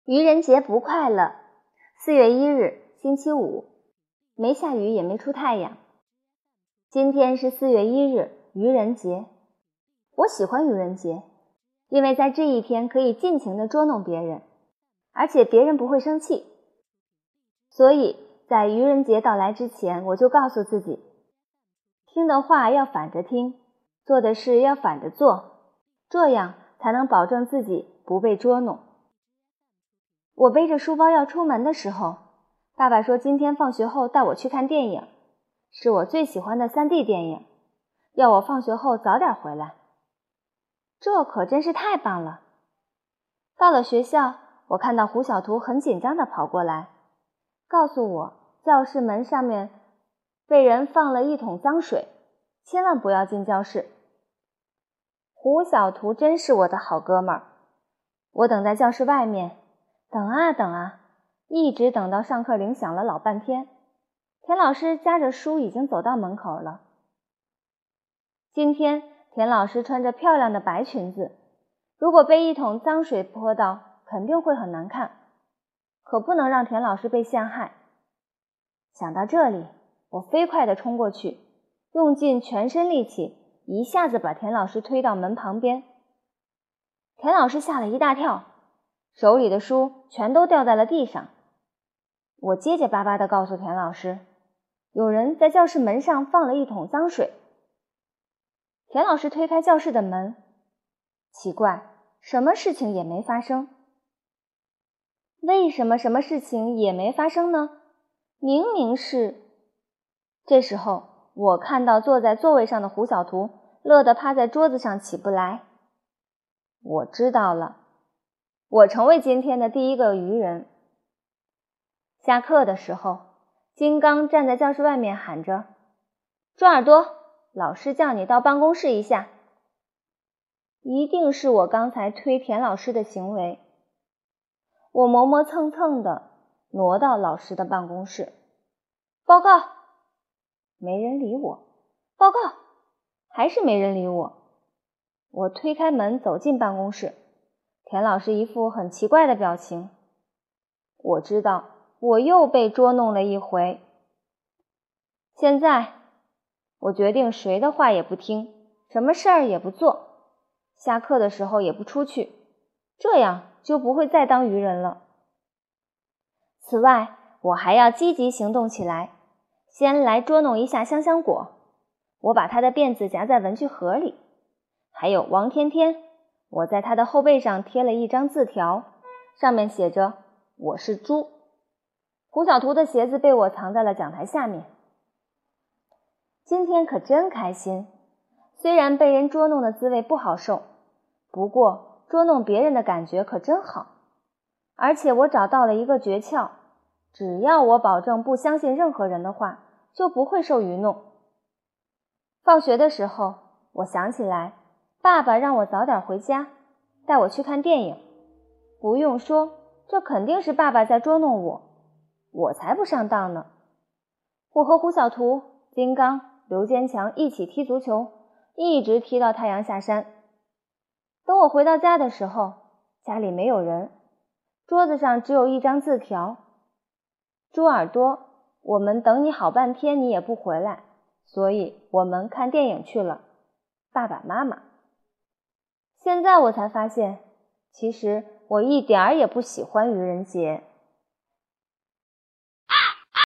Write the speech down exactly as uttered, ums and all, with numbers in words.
愚人节不快乐。四月一日，星期五，没下雨也没出太阳。今天是四月一日，愚人节。我喜欢愚人节，因为在这一天可以尽情地捉弄别人，而且别人不会生气。所以在愚人节到来之前，我就告诉自己，听的话要反着听，做的事要反着做，这样才能保证自己不被捉弄。我背着书包要出门的时候，爸爸说今天放学后带我去看电影，是我最喜欢的 三 D 电影，要我放学后早点回来。这可真是太棒了。到了学校，我看到胡小图很紧张地跑过来，告诉我教室门上面被人放了一桶脏水，千万不要进教室。胡小图真是我的好哥们儿。我等在教室外面，等啊等啊，一直等到上课铃响了老半天，田老师夹着书已经走到门口了。今天田老师穿着漂亮的白裙子，如果被一桶脏水泼到，肯定会很难看，可不能让田老师被陷害。想到这里，我飞快地冲过去，用尽全身力气，一下子把田老师推到门旁边。田老师吓了一大跳，手里的书全都掉在了地上。我结结巴巴地告诉田老师，有人在教室门上放了一桶脏水。田老师推开教室的门，奇怪，什么事情也没发生。为什么什么事情也没发生呢？明明是……这时候，我看到坐在座位上的胡小图乐得趴在桌子上起不来。我知道了，我成为今天的第一个愚人。下课的时候，金刚站在教室外面喊着：“猪耳朵，老师叫你到办公室一下。”一定是我刚才推田老师的行为。我磨磨蹭蹭地挪到老师的办公室。报告，没人理我。报告，还是没人理我。我推开门走进办公室，田老师一副很奇怪的表情。我知道我又被捉弄了一回。现在我决定谁的话也不听，什么事儿也不做，下课的时候也不出去，这样就不会再当愚人了。此外，我还要积极行动起来，先来捉弄一下香香果。我把他的辫子夹在文具盒里。还有王天天，我在他的后背上贴了一张字条，上面写着我是猪。胡小图的鞋子被我藏在了讲台下面。今天可真开心，虽然被人捉弄的滋味不好受，不过捉弄别人的感觉可真好。而且我找到了一个诀窍，只要我保证不相信任何人的话，就不会受愚弄。放学的时候，我想起来爸爸让我早点回家，带我去看电影。不用说，这肯定是爸爸在捉弄我，我才不上当呢。我和胡小图、金刚、刘坚强一起踢足球，一直踢到太阳下山。等我回到家的时候，家里没有人，桌子上只有一张字条：猪耳朵，我们等你好半天你也不回来，所以我们看电影去了，爸爸妈妈。现在我才发现，其实我一点儿也不喜欢愚人节。